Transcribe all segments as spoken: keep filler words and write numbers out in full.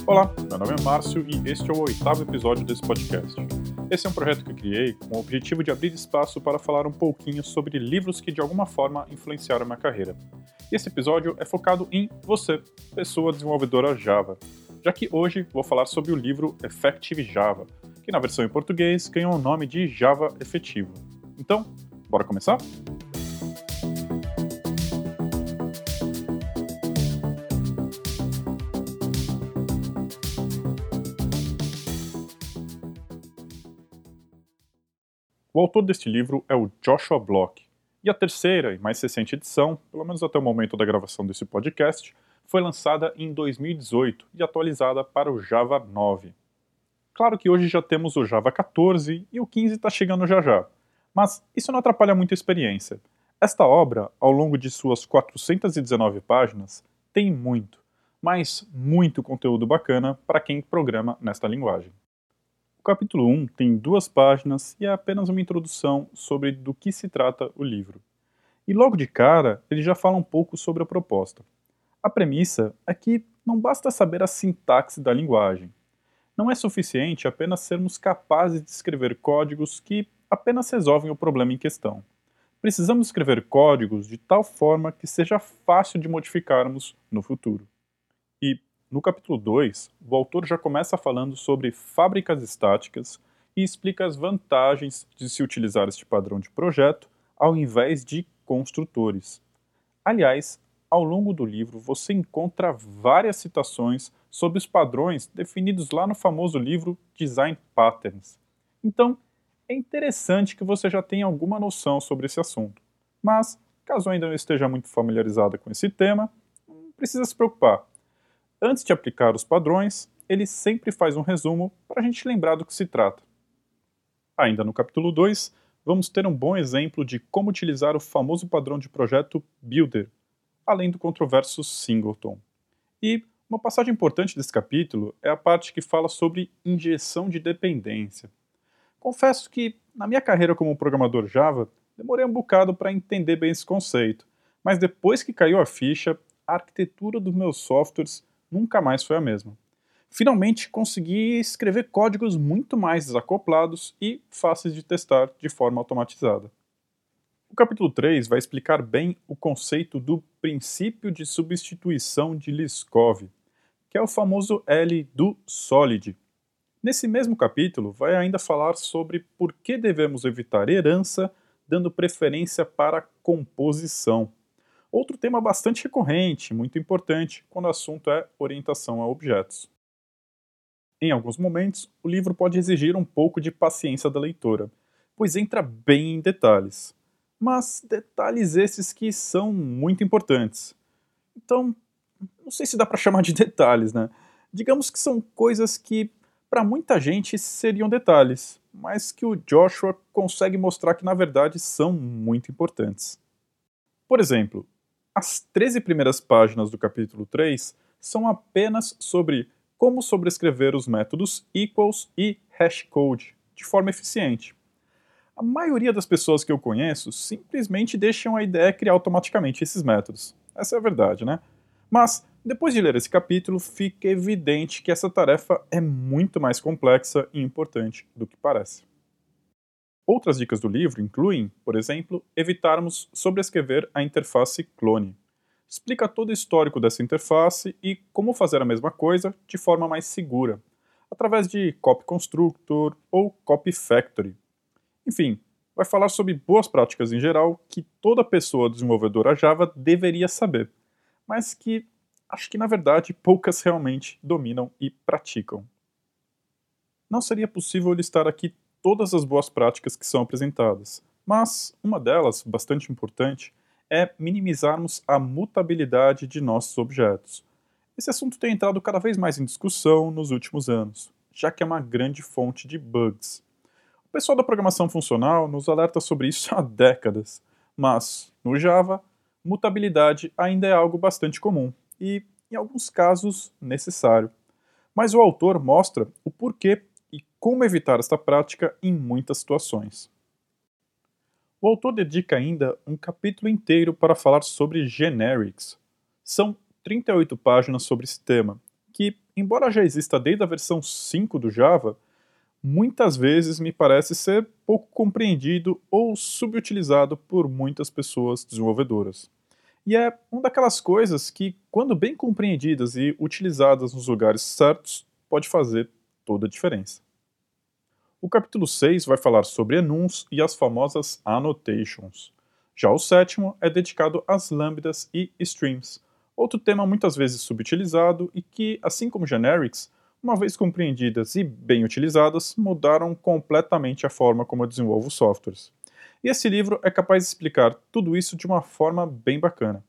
Olá, meu nome é Márcio e este é o oitavo episódio desse podcast. Esse é um projeto que eu criei com o objetivo de abrir espaço para falar um pouquinho sobre livros que de alguma forma influenciaram a minha carreira. E esse episódio é focado em você, pessoa desenvolvedora Java, já que hoje vou falar sobre o livro Effective Java, que na versão em português ganhou o nome de Java Efetivo. Então, bora começar? O autor deste livro é o Joshua Block, e a terceira e mais recente edição, pelo menos até o momento da gravação desse podcast, foi lançada em dois mil e dezoito e atualizada para o Java nove. Claro que hoje já temos o Java quatorze e o quinze está chegando já já, mas isso não atrapalha muito a experiência. Esta obra, ao longo de suas quatrocentas e dezenove páginas, tem muito, mas muito conteúdo bacana para quem programa nesta linguagem. O capítulo um tem duas páginas e é apenas uma introdução sobre do que se trata o livro. E logo de cara, ele já fala um pouco sobre a proposta. A premissa é que não basta saber a sintaxe da linguagem. Não é suficiente apenas sermos capazes de escrever códigos que apenas resolvem o problema em questão. Precisamos escrever códigos de tal forma que seja fácil de modificarmos no futuro. E, no capítulo dois, o autor já começa falando sobre fábricas estáticas e explica as vantagens de se utilizar este padrão de projeto ao invés de construtores. Aliás, ao longo do livro você encontra várias citações sobre os padrões definidos lá no famoso livro Design Patterns. Então, é interessante que você já tenha alguma noção sobre esse assunto. Mas, caso ainda não esteja muito familiarizado com esse tema, não precisa se preocupar. Antes de aplicar os padrões, ele sempre faz um resumo para a gente lembrar do que se trata. Ainda no capítulo dois, vamos ter um bom exemplo de como utilizar o famoso padrão de projeto Builder, além do controverso Singleton. E uma passagem importante desse capítulo é a parte que fala sobre injeção de dependência. Confesso que, na minha carreira como programador Java, demorei um bocado para entender bem esse conceito, mas depois que caiu a ficha, a arquitetura dos meus softwares nunca mais foi a mesma. Finalmente consegui escrever códigos muito mais desacoplados e fáceis de testar de forma automatizada. O capítulo três vai explicar bem o conceito do princípio de substituição de Liskov, que é o famoso L do Solid. Nesse mesmo capítulo, vai ainda falar sobre por que devemos evitar herança, dando preferência para composição. Outro tema bastante recorrente, muito importante, quando o assunto é orientação a objetos. Em alguns momentos, o livro pode exigir um pouco de paciência da leitora, pois entra bem em detalhes. Mas detalhes esses que são muito importantes. Então, não sei se dá para chamar de detalhes, né? Digamos que são coisas que, para muita gente, seriam detalhes, mas que o Joshua consegue mostrar que, na verdade, são muito importantes. Por exemplo, as treze primeiras páginas do capítulo três são apenas sobre como sobrescrever os métodos equals e hashcode de forma eficiente. A maioria das pessoas que eu conheço simplesmente deixam a ideia criar automaticamente esses métodos. Essa é a verdade, né? Mas, depois de ler esse capítulo, fica evidente que essa tarefa é muito mais complexa e importante do que parece. Outras dicas do livro incluem, por exemplo, evitarmos sobrescrever a interface clone. Explica todo o histórico dessa interface e como fazer a mesma coisa de forma mais segura, através de copy constructor ou copy factory. Enfim, vai falar sobre boas práticas em geral que toda pessoa desenvolvedora Java deveria saber, mas que acho que na verdade poucas realmente dominam e praticam. Não seria possível listar aqui todas as boas práticas que são apresentadas, mas uma delas, bastante importante, é minimizarmos a mutabilidade de nossos objetos. Esse assunto tem entrado cada vez mais em discussão nos últimos anos, já que é uma grande fonte de bugs. O pessoal da programação funcional nos alerta sobre isso há décadas, mas, no Java, mutabilidade ainda é algo bastante comum e, em alguns casos, necessário. Mas o autor mostra o porquê e como evitar esta prática em muitas situações. O autor dedica ainda um capítulo inteiro para falar sobre generics. São trinta e oito páginas sobre esse tema, que embora já exista desde a versão cinco do Java, muitas vezes me parece ser pouco compreendido ou subutilizado por muitas pessoas desenvolvedoras. E é uma daquelas coisas que, quando bem compreendidas e utilizadas nos lugares certos, pode fazer toda a diferença. O capítulo seis vai falar sobre enums e as famosas annotations. Já o sétimo é dedicado às lambdas e streams, outro tema muitas vezes subutilizado e que, assim como generics, uma vez compreendidas e bem utilizadas, mudaram completamente a forma como eu desenvolvo softwares. E esse livro é capaz de explicar tudo isso de uma forma bem bacana.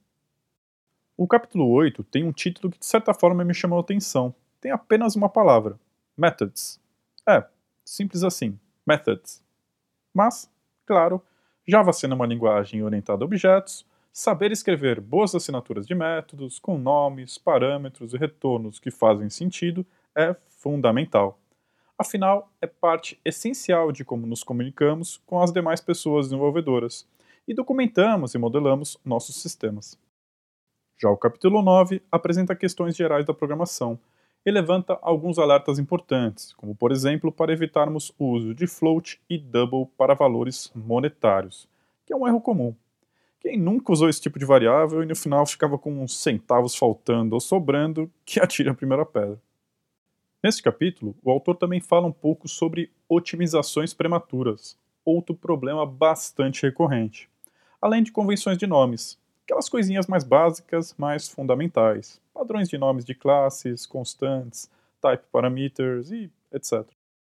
O capítulo oito tem um título que de certa forma me chamou a atenção. Tem apenas uma palavra: methods. É, simples assim, methods. Mas, claro, Java sendo uma linguagem orientada a objetos, saber escrever boas assinaturas de métodos, com nomes, parâmetros e retornos que fazem sentido, é fundamental. Afinal, é parte essencial de como nos comunicamos com as demais pessoas desenvolvedoras e documentamos e modelamos nossos sistemas. Já o capítulo nove apresenta questões gerais da programação e levanta alguns alertas importantes, como por exemplo para evitarmos o uso de float e double para valores monetários, que é um erro comum. Quem nunca usou esse tipo de variável e no final ficava com uns centavos faltando ou sobrando, que atire a primeira pedra. Neste capítulo, o autor também fala um pouco sobre otimizações prematuras, outro problema bastante recorrente, além de convenções de nomes, aquelas coisinhas mais básicas, mais fundamentais, padrões de nomes de classes, constantes, type parameters e etcétera.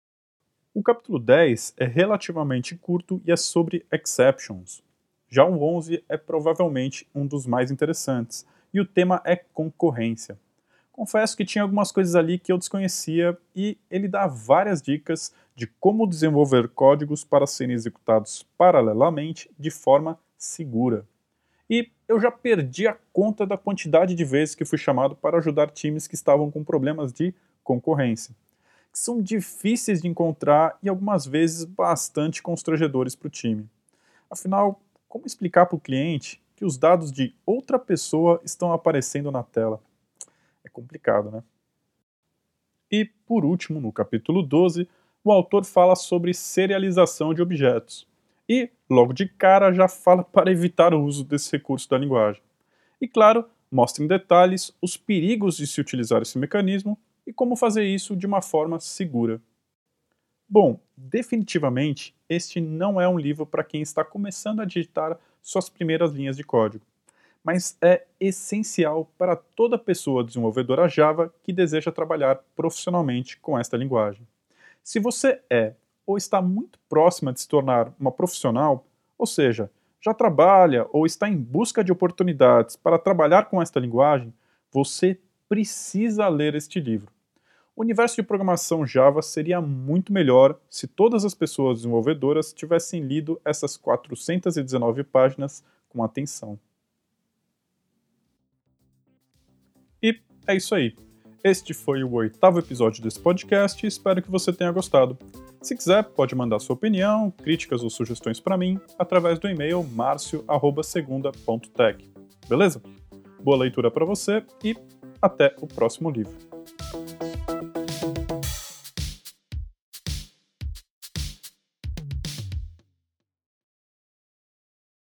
O capítulo dez é relativamente curto e é sobre exceptions. Já o onze é provavelmente um dos mais interessantes, e o tema é concorrência. Confesso que tinha algumas coisas ali que eu desconhecia e ele dá várias dicas de como desenvolver códigos para serem executados paralelamente de forma segura. E eu já perdi a conta da quantidade de vezes que fui chamado para ajudar times que estavam com problemas de concorrência, que são difíceis de encontrar e algumas vezes bastante constrangedores para o time. Afinal, como explicar para o cliente que os dados de outra pessoa estão aparecendo na tela? É complicado, né? E, por último, no capítulo doze, o autor fala sobre serialização de objetos. E, logo de cara, já fala para evitar o uso desse recurso da linguagem. E, claro, mostra em detalhes os perigos de se utilizar esse mecanismo e como fazer isso de uma forma segura. Bom, definitivamente, este não é um livro para quem está começando a digitar suas primeiras linhas de código, mas é essencial para toda pessoa desenvolvedora Java que deseja trabalhar profissionalmente com esta linguagem. Se você é ou está muito próxima de se tornar uma profissional, ou seja, já trabalha ou está em busca de oportunidades para trabalhar com esta linguagem, você precisa ler este livro. O universo de programação Java seria muito melhor se todas as pessoas desenvolvedoras tivessem lido essas quatrocentas e dezenove páginas com atenção. E é isso aí. Este foi o oitavo episódio desse podcast e espero que você tenha gostado. Se quiser, pode mandar sua opinião, críticas ou sugestões para mim através do e-mail marcio arroba segunda ponto tech. Beleza? Boa leitura para você e até o próximo livro.